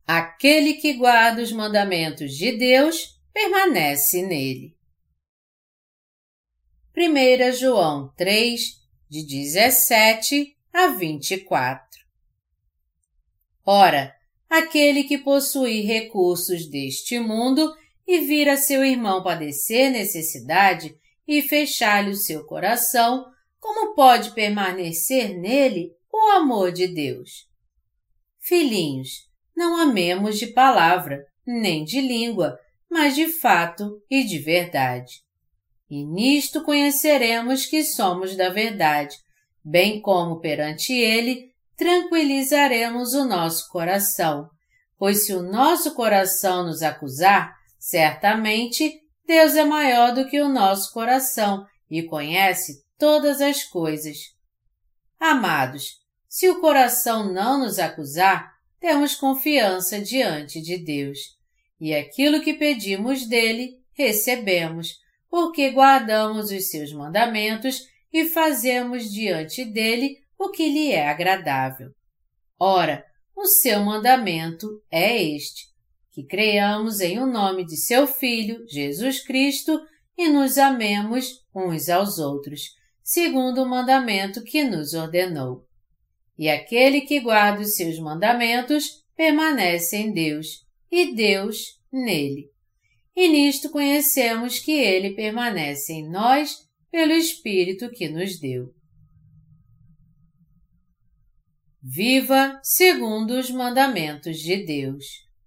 Aquele que guarda os mandamentos de Deus permanece nele. 1 João 3, de 17 a 24. Ora, aquele que possui recursos deste mundo e vir a seu irmão padecer necessidade e fechar-lhe o seu coração, como pode permanecer nele o amor de Deus? Filhinhos, não amemos de palavra, nem de língua, mas de fato e de verdade. E nisto conheceremos que somos da verdade, bem como perante Ele tranquilizaremos o nosso coração, pois se o nosso coração nos acusar, certamente Deus é maior do que o nosso coração e conhece todas as coisas. Amados, se o coração não nos acusar, temos confiança diante de Deus, e aquilo que pedimos dele, recebemos, porque guardamos os seus mandamentos e fazemos diante dele o que lhe é agradável. Ora, o seu mandamento é este, que creiamos em o nome de seu Filho, Jesus Cristo, e nos amemos uns aos outros, segundo o mandamento que nos ordenou. E aquele que guarda os seus mandamentos permanece em Deus, e Deus nele. E nisto conhecemos que ele permanece em nós pelo Espírito que nos deu. Viva segundo os mandamentos de Deus.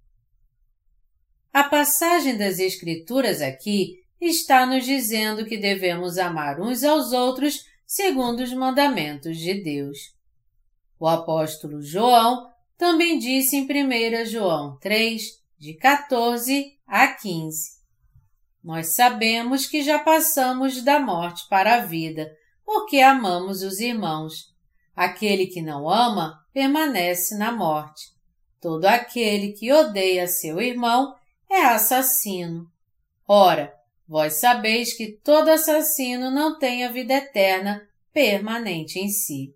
A passagem das Escrituras aqui está nos dizendo que devemos amar uns aos outros segundo os mandamentos de Deus. O apóstolo João também disse em 1 João 3, de 14 a 15. Nós sabemos que já passamos da morte para a vida, porque amamos os irmãos. Aquele que não ama permanece na morte. Todo aquele que odeia seu irmão é assassino. Ora, vós sabeis que todo assassino não tem a vida eterna permanente em si.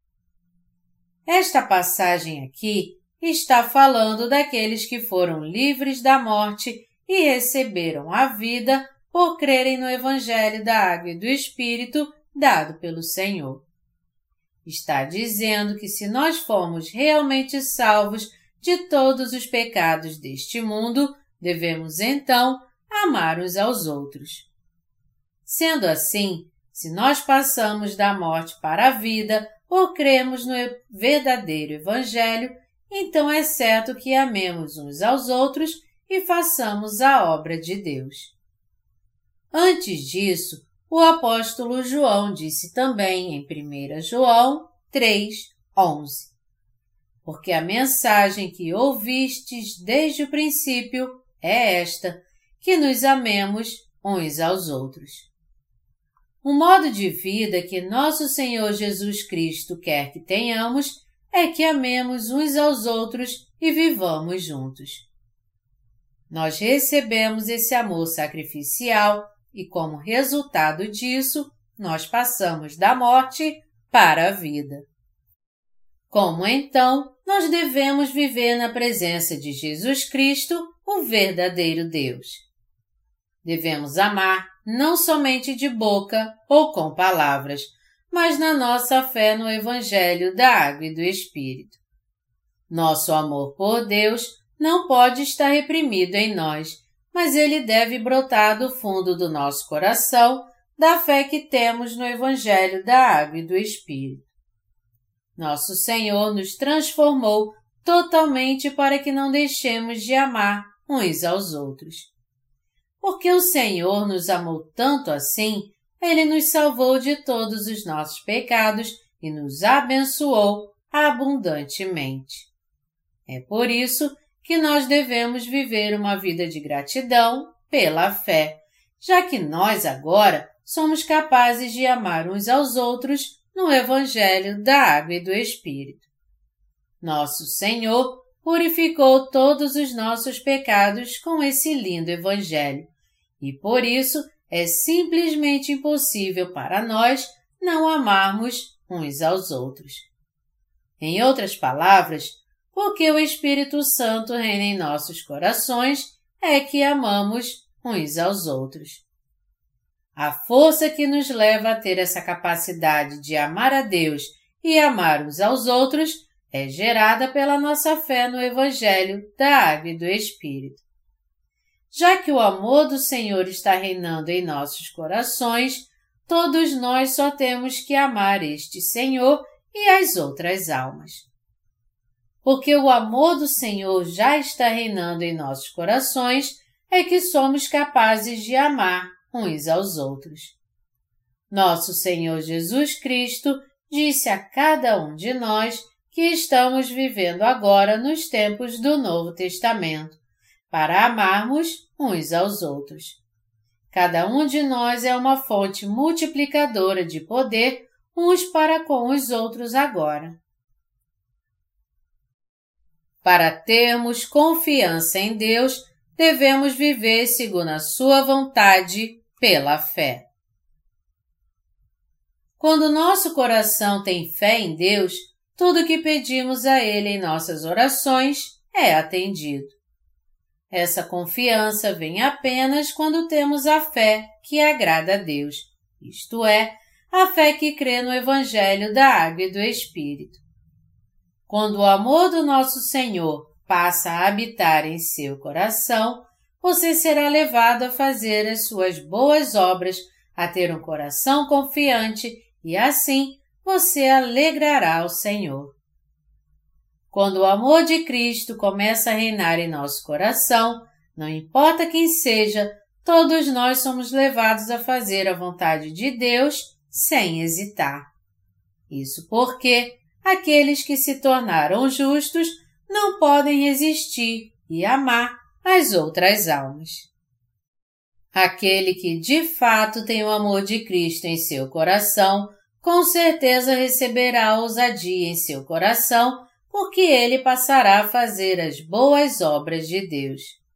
Esta passagem aqui está falando daqueles que foram livres da morte e receberam a vida por crerem no Evangelho da Água e do Espírito dado pelo Senhor. Está dizendo que se nós formos realmente salvos de todos os pecados deste mundo, devemos então amar uns aos outros. Sendo assim, se nós passamos da morte para a vida por crermos no verdadeiro Evangelho, então é certo que amemos uns aos outros e façamos a obra de Deus. Antes disso, o apóstolo João disse também em 1 João 3, 11: Porque a mensagem que ouvistes desde o princípio é esta, que nos amemos uns aos outros. O modo de vida que nosso Senhor Jesus Cristo quer que tenhamos é que amemos uns aos outros e vivamos juntos. Nós recebemos esse amor sacrificial e, como resultado disso, nós passamos da morte para a vida. Como então nós devemos viver na presença de Jesus Cristo, o verdadeiro Deus? Devemos amar não somente de boca ou com palavras, mas na nossa fé no Evangelho da Água e do Espírito. Nosso amor por Deus não pode estar reprimido em nós, mas ele deve brotar do fundo do nosso coração, da fé que temos no Evangelho da Água e do Espírito. Nosso Senhor nos transformou totalmente para que não deixemos de amar uns aos outros. Porque o Senhor nos amou tanto assim, Ele nos salvou de todos os nossos pecados e nos abençoou abundantemente. É por isso que nós devemos viver uma vida de gratidão pela fé, já que nós agora somos capazes de amar uns aos outros no Evangelho da Água e do Espírito. Nosso Senhor purificou todos os nossos pecados com esse lindo Evangelho, e por isso é simplesmente impossível para nós não amarmos uns aos outros. Em outras palavras, porque o Espírito Santo reina em nossos corações, é que amamos uns aos outros. A força que nos leva a ter essa capacidade de amar a Deus e amar uns aos outros é gerada pela nossa fé no Evangelho da Água e do Espírito. Já que o amor do Senhor está reinando em nossos corações, todos nós só temos que amar este Senhor e as outras almas. Porque o amor do Senhor já está reinando em nossos corações, é que somos capazes de amar uns aos outros. Nosso Senhor Jesus Cristo disse a cada um de nós que estamos vivendo agora nos tempos do Novo Testamento, para amarmos uns aos outros. Cada um de nós é uma fonte multiplicadora de poder uns para com os outros agora. Para termos confiança em Deus, devemos viver segundo a sua vontade pela fé. Quando nosso coração tem fé em Deus, tudo o que pedimos a Ele em nossas orações é atendido. Essa confiança vem apenas quando temos a fé que agrada a Deus, isto é, a fé que crê no Evangelho da Água e do Espírito. Quando o amor do nosso Senhor passa a habitar em seu coração, você será levado a fazer as suas boas obras, a ter um coração confiante e assim você alegrará o Senhor. Quando o amor de Cristo começa a reinar em nosso coração, não importa quem seja, todos nós somos levados a fazer a vontade de Deus sem hesitar. Isso porque aqueles que se tornaram justos não podem resistir e amar as outras almas. Aquele que de fato tem o amor de Cristo em seu coração, com certeza receberá ousadia em seu coração, porque ele passará a fazer as boas obras de Deus.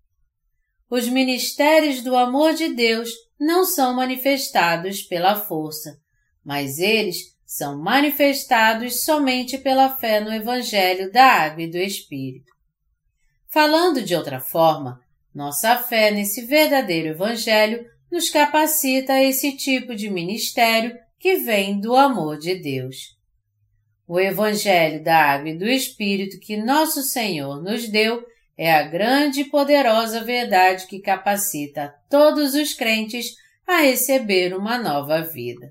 Os ministérios do amor de Deus não são manifestados pela força, mas eles são manifestados somente pela fé no Evangelho da Água e do Espírito. Falando de outra forma, nossa fé nesse verdadeiro Evangelho nos capacita a esse tipo de ministério que vem do amor de Deus. O Evangelho da Água e do Espírito que nosso Senhor nos deu é a grande e poderosa verdade que capacita todos os crentes a receber uma nova vida.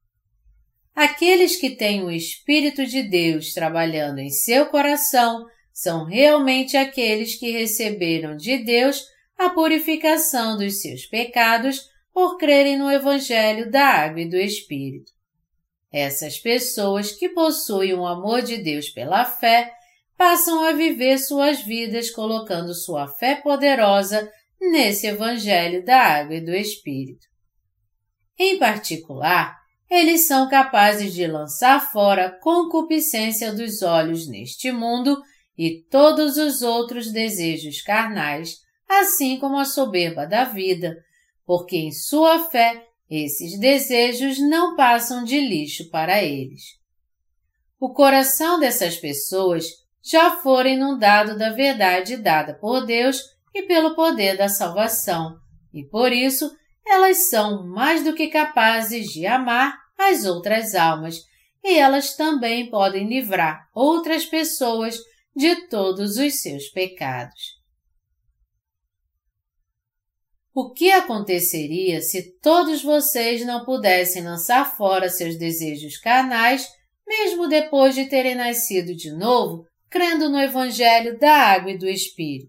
Aqueles que têm o Espírito de Deus trabalhando em seu coração são realmente aqueles que receberam de Deus a purificação dos seus pecados por crerem no Evangelho da Água e do Espírito. Essas pessoas que possuem o amor de Deus pela fé passam a viver suas vidas colocando sua fé poderosa nesse Evangelho da Água e do Espírito. Em particular, eles são capazes de lançar fora a concupiscência dos olhos neste mundo e todos os outros desejos carnais, assim como a soberba da vida, porque em sua fé esses desejos não passam de lixo para eles. O coração dessas pessoas já foi inundado da verdade dada por Deus e pelo poder da salvação, e por isso elas são mais do que capazes de amar as outras almas, e elas também podem livrar outras pessoas de todos os seus pecados. O que aconteceria se todos vocês não pudessem lançar fora seus desejos carnais, mesmo depois de terem nascido de novo, crendo no Evangelho da Água e do Espírito?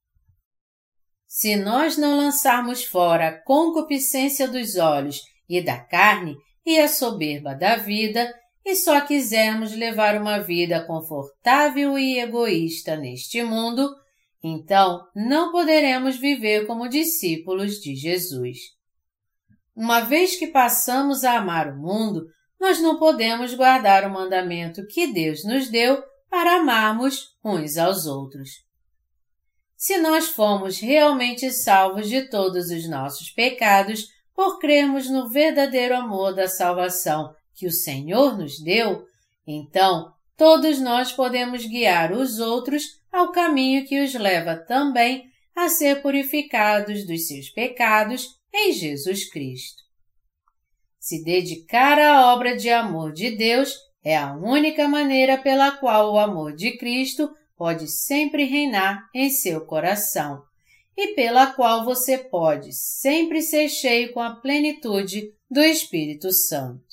Se nós não lançarmos fora a concupiscência dos olhos e da carne e a soberba da vida, e só quisermos levar uma vida confortável e egoísta neste mundo, então não poderemos viver como discípulos de Jesus. Uma vez que passamos a amar o mundo, nós não podemos guardar o mandamento que Deus nos deu para amarmos uns aos outros. Se nós fomos realmente salvos de todos os nossos pecados por crermos no verdadeiro amor da salvação que o Senhor nos deu, então todos nós podemos guiar os outros ao caminho que os leva também a ser purificados dos seus pecados em Jesus Cristo. Se dedicar à obra de amor de Deus é a única maneira pela qual o amor de Cristo pode sempre reinar em seu coração e pela qual você pode sempre ser cheio com a plenitude do Espírito Santo.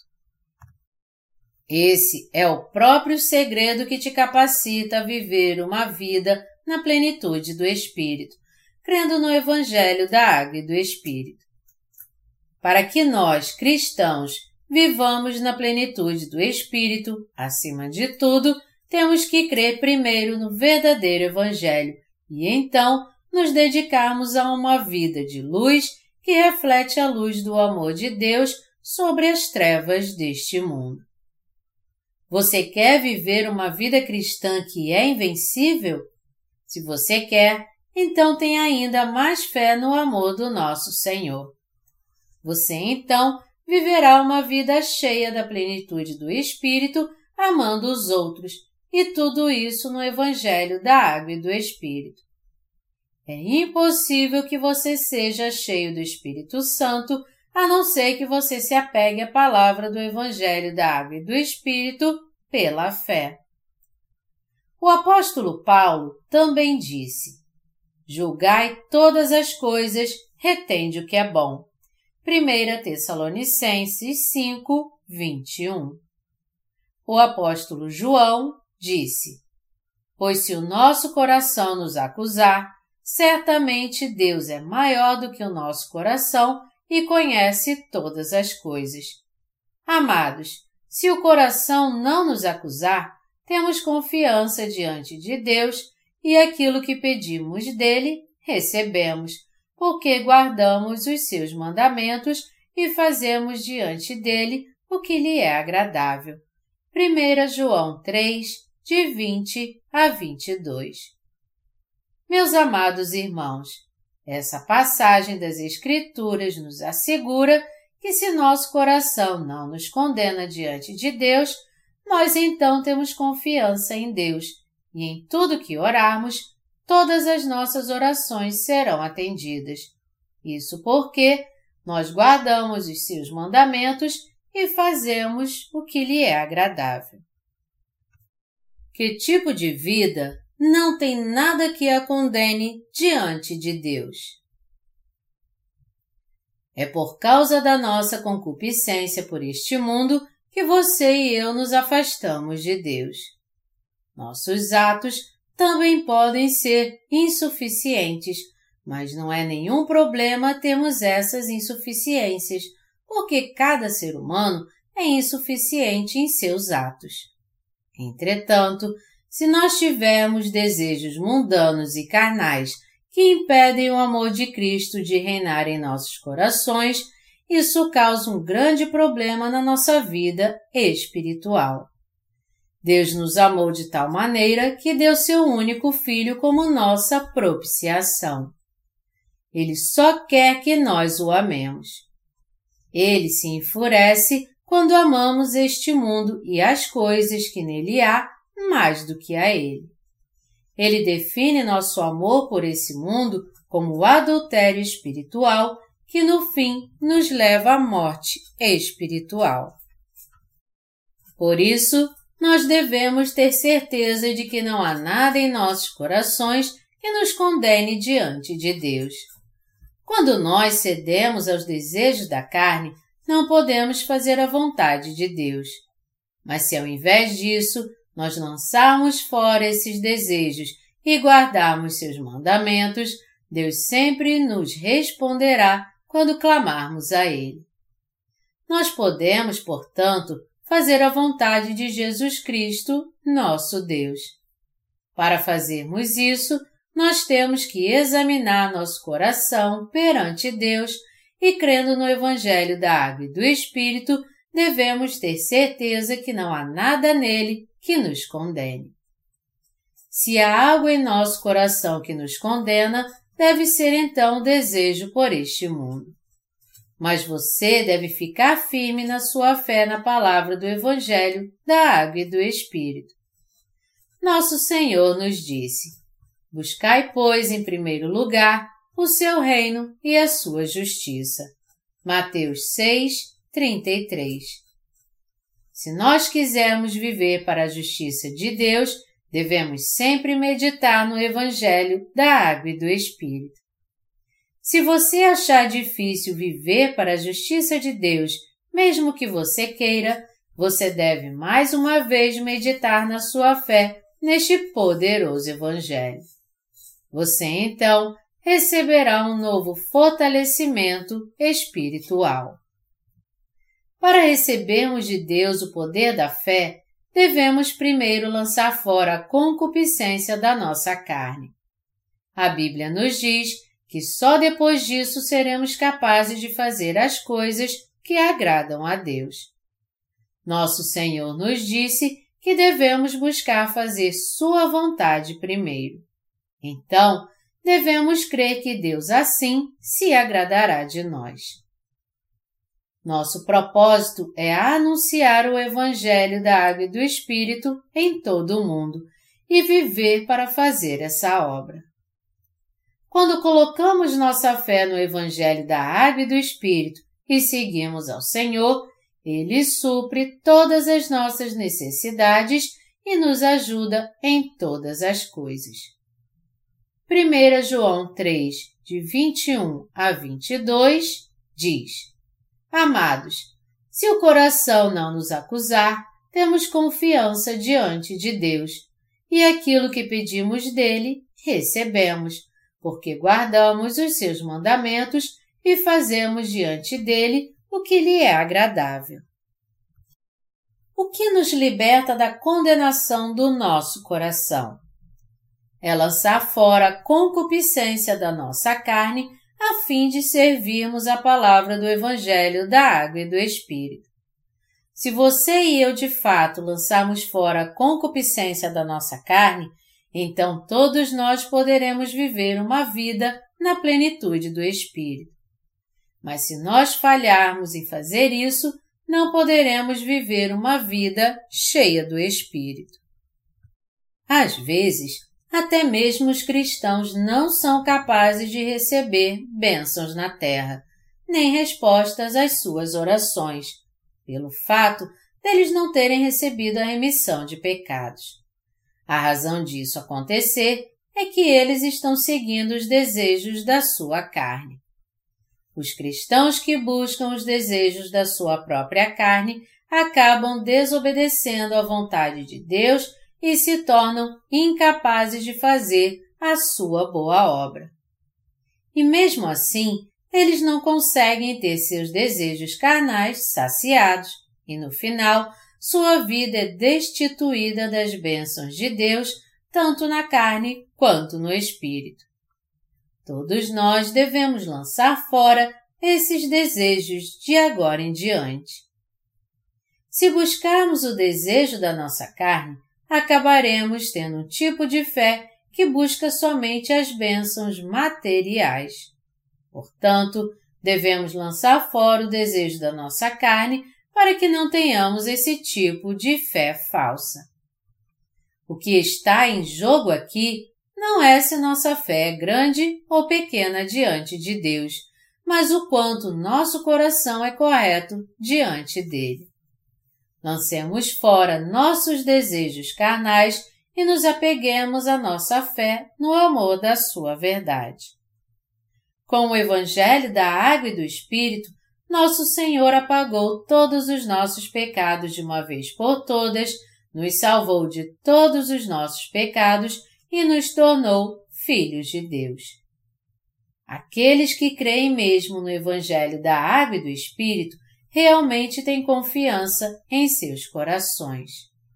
Esse é o próprio segredo que te capacita a viver uma vida na plenitude do Espírito, crendo no Evangelho da Água e do Espírito. Para que nós, cristãos, vivamos na plenitude do Espírito, acima de tudo, temos que crer primeiro no verdadeiro Evangelho e então nos dedicarmos a uma vida de luz que reflete a luz do amor de Deus sobre as trevas deste mundo. Você quer viver uma vida cristã que é invencível? Se você quer, então tem ainda mais fé no amor do nosso Senhor. Você, então, viverá uma vida cheia da plenitude do Espírito, amando os outros, e tudo isso no Evangelho da Água e do Espírito. É impossível que você seja cheio do Espírito Santo, a não ser que você se apegue à palavra do Evangelho da Água e do Espírito pela fé. O apóstolo Paulo também disse: julgai todas as coisas, retende o que é bom. 1 Tessalonicenses 5, 21. O apóstolo João disse: pois se o nosso coração nos acusar, certamente Deus é maior do que o nosso coração e conhece todas as coisas. Amados, se o coração não nos acusar, temos confiança diante de Deus e aquilo que pedimos dele, recebemos, porque guardamos os seus mandamentos e fazemos diante dele o que lhe é agradável. 1 João 3, de 20 a 22. Meus amados irmãos, essa passagem das Escrituras nos assegura que se nosso coração não nos condena diante de Deus, nós então temos confiança em Deus e em tudo que orarmos, todas as nossas orações serão atendidas. Isso porque nós guardamos os seus mandamentos e fazemos o que lhe é agradável. Que tipo de vida não tem nada que a condene diante de Deus? É por causa da nossa concupiscência por este mundo que você e eu nos afastamos de Deus. Nossos atos também podem ser insuficientes, mas não é nenhum problema termos essas insuficiências, porque cada ser humano é insuficiente em seus atos. Entretanto, se nós tivermos desejos mundanos e carnais que impedem o amor de Cristo de reinar em nossos corações, isso causa um grande problema na nossa vida espiritual. Deus nos amou de tal maneira que deu seu único Filho como nossa propiciação. Ele só quer que nós o amemos. Ele se enfurece quando amamos este mundo e as coisas que nele há mais do que a ele. Ele define nosso amor por esse mundo como o adultério espiritual que no fim nos leva à morte espiritual. Por isso, nós devemos ter certeza de que não há nada em nossos corações que nos condene diante de Deus. Quando nós cedemos aos desejos da carne, não podemos fazer a vontade de Deus. Mas se ao invés disso, nós lançarmos fora esses desejos e guardarmos seus mandamentos, Deus sempre nos responderá quando clamarmos a Ele. Nós podemos, portanto, fazer a vontade de Jesus Cristo, nosso Deus. Para fazermos isso, nós temos que examinar nosso coração perante Deus e, crendo no Evangelho da Água e do Espírito, devemos ter certeza que não há nada nele que nos condene. Se há algo em nosso coração que nos condena, deve ser então o desejo por este mundo. Mas você deve ficar firme na sua fé na palavra do Evangelho da Água e do Espírito. nosso Senhor nos disse: Buscai, pois, em primeiro lugar, o seu reino e a sua justiça. Mateus 6:33. Se nós quisermos viver para a justiça de Deus, devemos sempre meditar no Evangelho da Água e do Espírito. Se você achar difícil viver para a justiça de Deus, mesmo que você queira, você deve mais uma vez meditar na sua fé neste poderoso Evangelho. Você, então, receberá um novo fortalecimento espiritual. Para recebermos de Deus o poder da fé, devemos primeiro lançar fora a concupiscência da nossa carne. A Bíblia nos diz que só depois disso seremos capazes de fazer as coisas que agradam a Deus. Nosso Senhor nos disse que devemos buscar fazer Sua vontade primeiro. Então, devemos crer que Deus assim se agradará de nós. Nosso propósito é anunciar o Evangelho da Água e do Espírito em todo o mundo e viver para fazer essa obra. Quando colocamos nossa fé no Evangelho da Água e do Espírito e seguimos ao Senhor, Ele supre todas as nossas necessidades e nos ajuda em todas as coisas. 1 João 3, de 21 a 22, diz: Amados, se o coração não nos acusar, temos confiança diante de Deus, e aquilo que pedimos dele, recebemos, porque guardamos os seus mandamentos e fazemos diante dele o que lhe é agradável. O que nos liberta da condenação do nosso coração? É lançar fora a concupiscência da nossa carne a fim de servirmos a palavra do Evangelho da Água e do Espírito. Se você e eu de fato lançarmos fora a concupiscência da nossa carne, então todos nós poderemos viver uma vida na plenitude do Espírito. Mas se nós falharmos em fazer isso, não poderemos viver uma vida cheia do Espírito. Às vezes, até mesmo os cristãos não são capazes de receber bênçãos na terra, nem respostas às suas orações, pelo fato deles não terem recebido a remissão de pecados. A razão disso acontecer é que eles estão seguindo os desejos da sua carne. Os cristãos que buscam os desejos da sua própria carne acabam desobedecendo à vontade de Deus e se tornam incapazes de fazer a sua boa obra. E mesmo assim, eles não conseguem ter seus desejos carnais saciados e, no final, sua vida é destituída das bênçãos de Deus, tanto na carne quanto no espírito. Todos nós devemos lançar fora esses desejos de agora em diante. Se buscarmos o desejo da nossa carne, acabaremos tendo um tipo de fé que busca somente as bênçãos materiais. Portanto, devemos lançar fora o desejo da nossa carne para que não tenhamos esse tipo de fé falsa. O que está em jogo aqui não é se nossa fé é grande ou pequena diante de Deus, mas o quanto nosso coração é correto diante dele. Lancemos fora nossos desejos carnais e nos apeguemos à nossa fé no amor da sua verdade. Com o Evangelho da Água e do Espírito, nosso Senhor apagou todos os nossos pecados de uma vez por todas, nos salvou de todos os nossos pecados e nos tornou filhos de Deus. Aqueles que creem mesmo no Evangelho da Água e do Espírito realmente têm confiança em seus corações.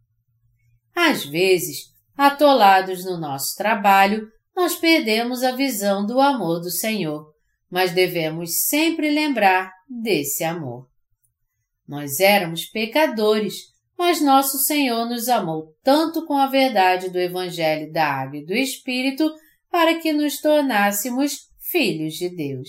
Às vezes, atolados no nosso trabalho, nós perdemos a visão do amor do Senhor, mas devemos sempre lembrar desse amor. Nós éramos pecadores, mas nosso Senhor nos amou tanto com a verdade do Evangelho da Água e do Espírito para que nos tornássemos filhos de Deus.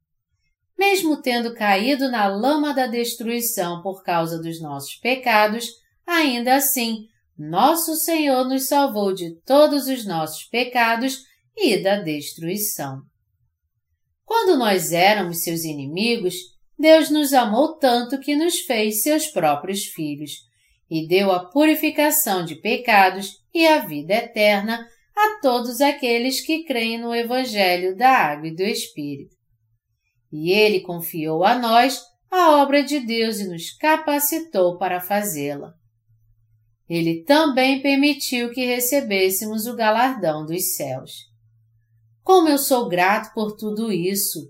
Mesmo tendo caído na lama da destruição por causa dos nossos pecados, ainda assim, nosso Senhor nos salvou de todos os nossos pecados e da destruição. Quando nós éramos seus inimigos, Deus nos amou tanto que nos fez seus próprios filhos e deu a purificação de pecados e a vida eterna a todos aqueles que creem no Evangelho da Água e do Espírito. E Ele confiou a nós a obra de Deus e nos capacitou para fazê-la. Ele também permitiu que recebêssemos o galardão dos céus. Como eu sou grato por tudo isso!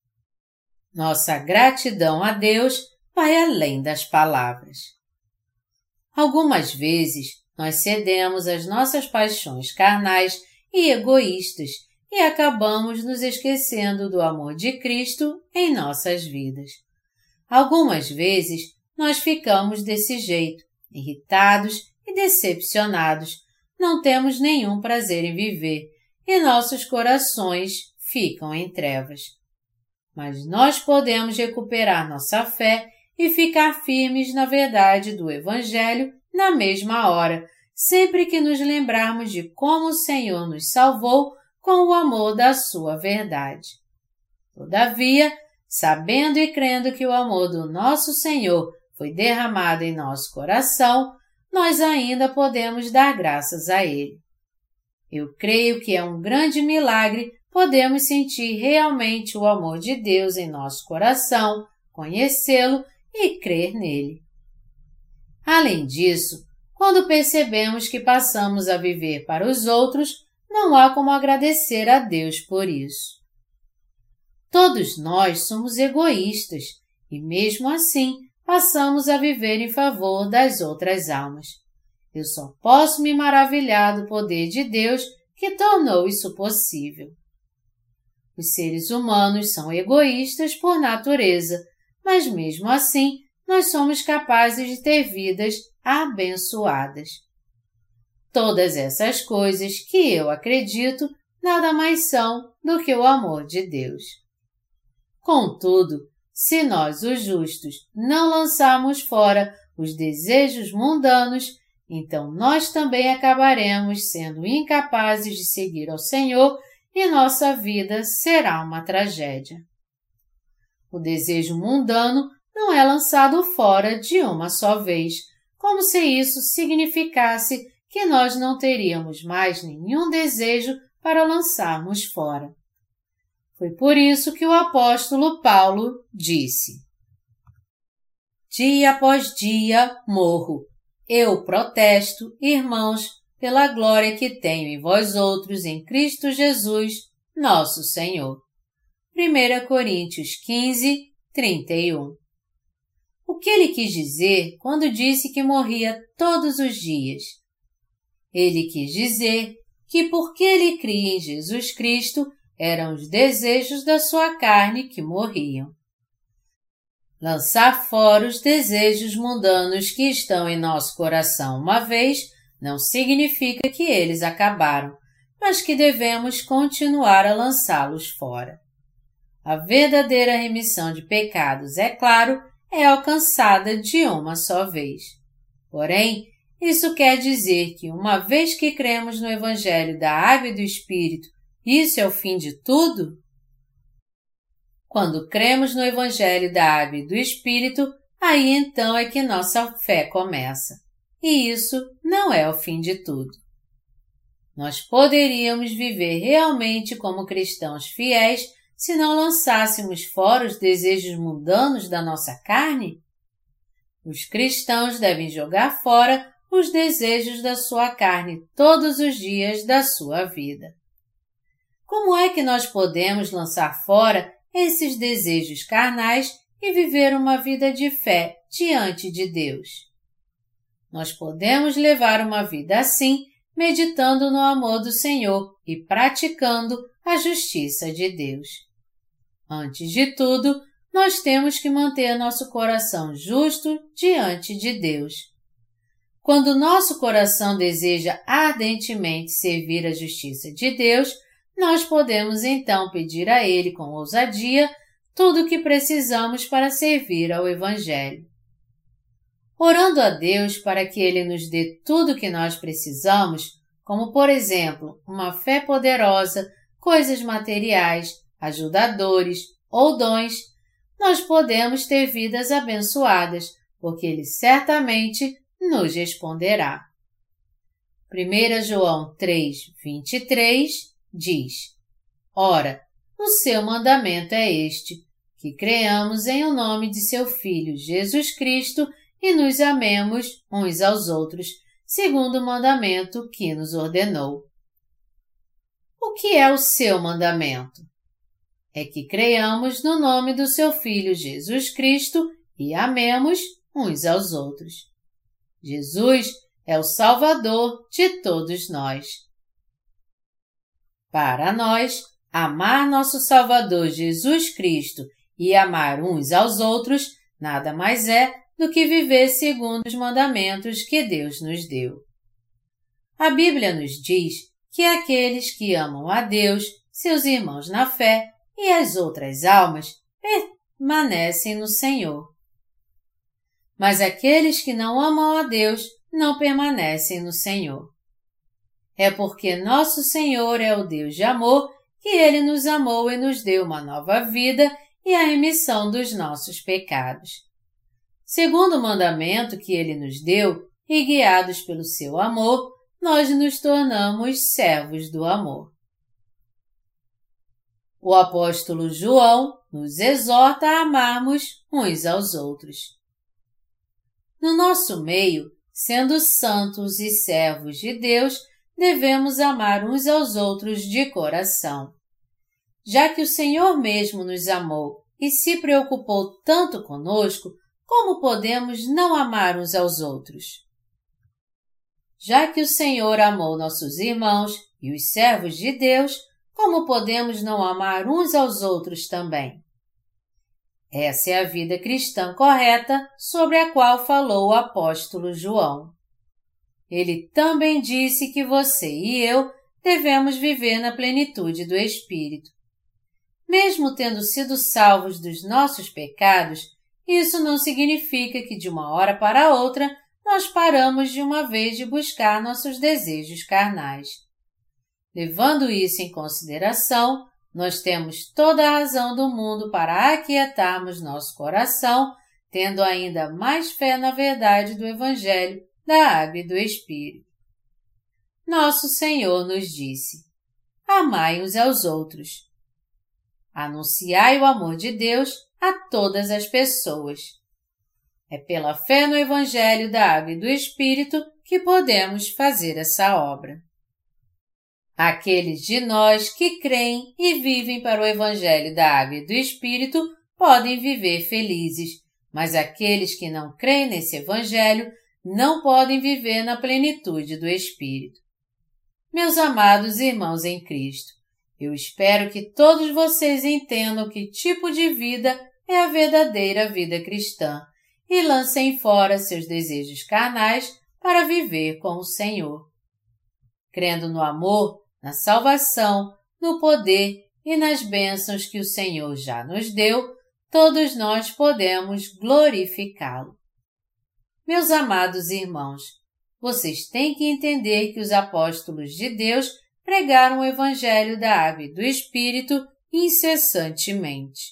Nossa gratidão a Deus vai além das palavras. Algumas vezes, nós cedemos às nossas paixões carnais e egoístas e acabamos nos esquecendo do amor de Cristo em nossas vidas. Algumas vezes, nós ficamos desse jeito, irritados e decepcionados, não temos nenhum prazer em viver e nossos corações ficam em trevas. Mas nós podemos recuperar nossa fé e ficar firmes na verdade do Evangelho na mesma hora, sempre que nos lembrarmos de como o Senhor nos salvou com o amor da sua verdade. Todavia, sabendo e crendo que o amor do nosso Senhor foi derramado em nosso coração, nós ainda podemos dar graças a Ele. Eu creio que é um grande milagre podemos sentir realmente o amor de Deus em nosso coração, conhecê-lo e crer nele. Além disso, quando percebemos que passamos a viver para os outros, não há como agradecer a Deus por isso. Todos nós somos egoístas e, mesmo assim, passamos a viver em favor das outras almas. Eu só posso me maravilhar do poder de Deus que tornou isso possível. Os seres humanos são egoístas por natureza, mas mesmo assim, nós somos capazes de ter vidas abençoadas. Todas essas coisas que eu acredito nada mais são do que o amor de Deus. Contudo, se nós, os justos, não lançarmos fora os desejos mundanos, então nós também acabaremos sendo incapazes de seguir ao Senhor e nossa vida será uma tragédia. O desejo mundano não é lançado fora de uma só vez, como se isso significasse que nós não teríamos mais nenhum desejo para lançarmos fora. Foi por isso que o apóstolo Paulo disse: Dia após dia morro. Eu protesto, irmãos, pela glória que tenho em vós outros em Cristo Jesus, nosso Senhor. 1 Coríntios 15, 31. O que ele quis dizer quando disse que morria todos os dias? Ele quis dizer que porque ele cria em Jesus Cristo, eram os desejos da sua carne que morriam. Lançar fora os desejos mundanos que estão em nosso coração uma vez não significa que eles acabaram, mas que devemos continuar a lançá-los fora. A verdadeira remissão de pecados, é claro, é alcançada de uma só vez. Porém, isso quer dizer que uma vez que cremos no Evangelho da Água e do Espírito, isso é o fim de tudo? Quando cremos no Evangelho da Água e do Espírito, aí então é que nossa fé começa. E isso não é o fim de tudo. Nós poderíamos viver realmente como cristãos fiéis se não lançássemos fora os desejos mundanos da nossa carne? Os cristãos devem jogar fora os desejos da sua carne todos os dias da sua vida. Como é que nós podemos lançar fora esses desejos carnais e viver uma vida de fé diante de Deus? Nós podemos levar uma vida assim, meditando no amor do Senhor e praticando a justiça de Deus. Antes de tudo, nós temos que manter nosso coração justo diante de Deus. Quando nosso coração deseja ardentemente servir a justiça de Deus, nós podemos então pedir a Ele com ousadia tudo o que precisamos para servir ao Evangelho. orando a Deus para que Ele nos dê tudo o que nós precisamos, como, por exemplo, uma fé poderosa, coisas materiais, ajudadores ou dons, nós podemos ter vidas abençoadas, porque Ele certamente nos responderá. 1 João 3:23 diz: Ora, o seu mandamento é este, que creamos em o nome de seu Filho Jesus Cristo e nos amemos uns aos outros, segundo o mandamento que nos ordenou. O que é o seu mandamento? É que creiamos no nome do seu Filho Jesus Cristo e amemos uns aos outros. Jesus é o Salvador de todos nós. Para nós, amar nosso Salvador Jesus Cristo e amar uns aos outros nada mais é do que viver segundo os mandamentos que Deus nos deu. A Bíblia nos diz que aqueles que amam a Deus, seus irmãos na fé e as outras almas permanecem no Senhor. Mas aqueles que não amam a Deus não permanecem no Senhor. É porque nosso Senhor é o Deus de amor que Ele nos amou e nos deu uma nova vida e a remissão dos nossos pecados. Segundo o mandamento que Ele nos deu e guiados pelo seu amor, nós nos tornamos servos do amor. O apóstolo João nos exorta a amarmos uns aos outros. No nosso meio, sendo santos e servos de Deus, devemos amar uns aos outros de coração. Já que o Senhor mesmo nos amou e se preocupou tanto conosco, como podemos não amar uns aos outros? Já que o Senhor amou nossos irmãos e os servos de Deus, como podemos não amar uns aos outros também? Essa é a vida cristã correta sobre a qual falou o apóstolo João. Ele também disse que você e eu devemos viver na plenitude do Espírito. Mesmo tendo sido salvos dos nossos pecados, isso não significa que de uma hora para outra nós paramos de uma vez de buscar nossos desejos carnais. Levando isso em consideração, nós temos toda a razão do mundo para aquietarmos nosso coração, tendo ainda mais fé na verdade do Evangelho, da Água e do Espírito. Nosso Senhor nos disse: amai uns aos outros. Anunciai o amor de Deus a todas as pessoas. É pela fé no Evangelho da Água e do Espírito que podemos fazer essa obra. Aqueles de nós que creem e vivem para o Evangelho da Água e do Espírito podem viver felizes, mas aqueles que não creem nesse Evangelho não podem viver na plenitude do Espírito. Meus amados irmãos em Cristo, eu espero que todos vocês entendam que tipo de vida é a verdadeira vida cristã e lancem fora seus desejos carnais para viver com o Senhor. Crendo no amor, na salvação, no poder e nas bênçãos que o Senhor já nos deu, todos nós podemos glorificá-lo. Meus amados irmãos, vocês têm que entender que os apóstolos de Deus pregaram o Evangelho da Água e do Espírito incessantemente.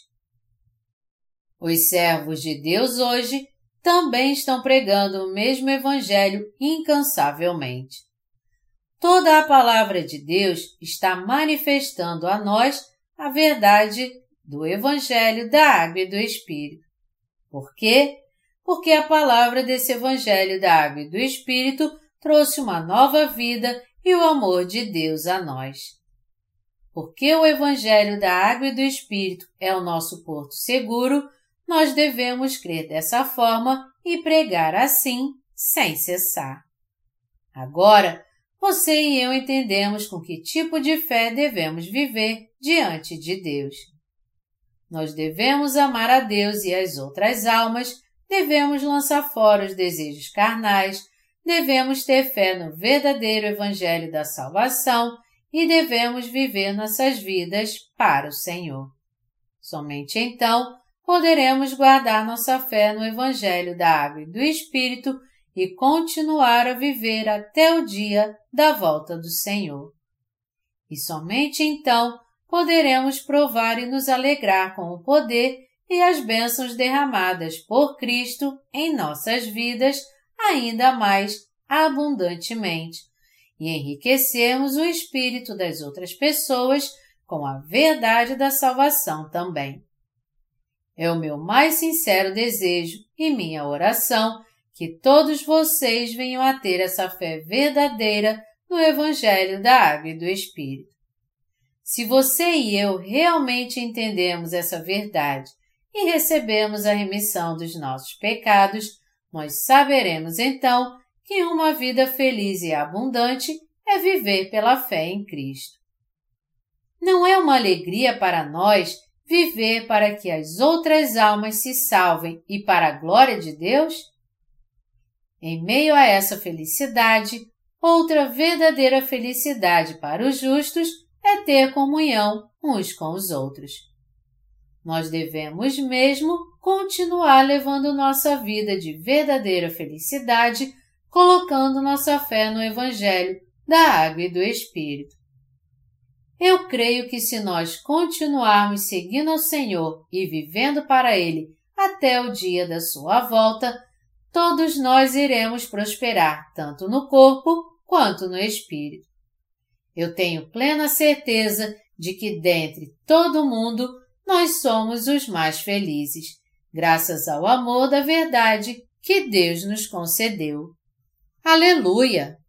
Os servos de Deus hoje também estão pregando o mesmo Evangelho incansavelmente. Toda a palavra de Deus está manifestando a nós a verdade do Evangelho da Água e do Espírito. Por quê? Porque a palavra desse Evangelho da Água e do Espírito trouxe uma nova vida e o amor de Deus a nós. Porque o Evangelho da Água e do Espírito é o nosso porto seguro, nós devemos crer dessa forma e pregar assim, sem cessar. Agora, você e eu entendemos com que tipo de fé devemos viver diante de Deus. Nós devemos amar a Deus e as outras almas, devemos lançar fora os desejos carnais, devemos ter fé no verdadeiro Evangelho da salvação e devemos viver nossas vidas para o Senhor. Somente então poderemos guardar nossa fé no Evangelho da Água e do Espírito e continuar a viver até o dia da volta do Senhor. E somente então poderemos provar e nos alegrar com o poder e as bênçãos derramadas por Cristo em nossas vidas ainda mais abundantemente e enriquecermos o espírito das outras pessoas com a verdade da salvação também. É o meu mais sincero desejo e minha oração que todos vocês venham a ter essa fé verdadeira no Evangelho da Água e do Espírito. Se você e eu realmente entendemos essa verdade e recebemos a remissão dos nossos pecados, nós saberemos então que uma vida feliz e abundante é viver pela fé em Cristo. Não é uma alegria para nós viver para que as outras almas se salvem e para a glória de Deus? Em meio a essa felicidade, outra verdadeira felicidade para os justos é ter comunhão uns com os outros. Nós devemos mesmo continuar levando nossa vida de verdadeira felicidade, colocando nossa fé no Evangelho da Água e do Espírito. Eu creio que se nós continuarmos seguindo ao Senhor e vivendo para Ele até o dia da sua volta, todos nós iremos prosperar tanto no corpo quanto no espírito. Eu tenho plena certeza de que dentre todo mundo nós somos os mais felizes, graças ao amor da verdade que Deus nos concedeu. Aleluia!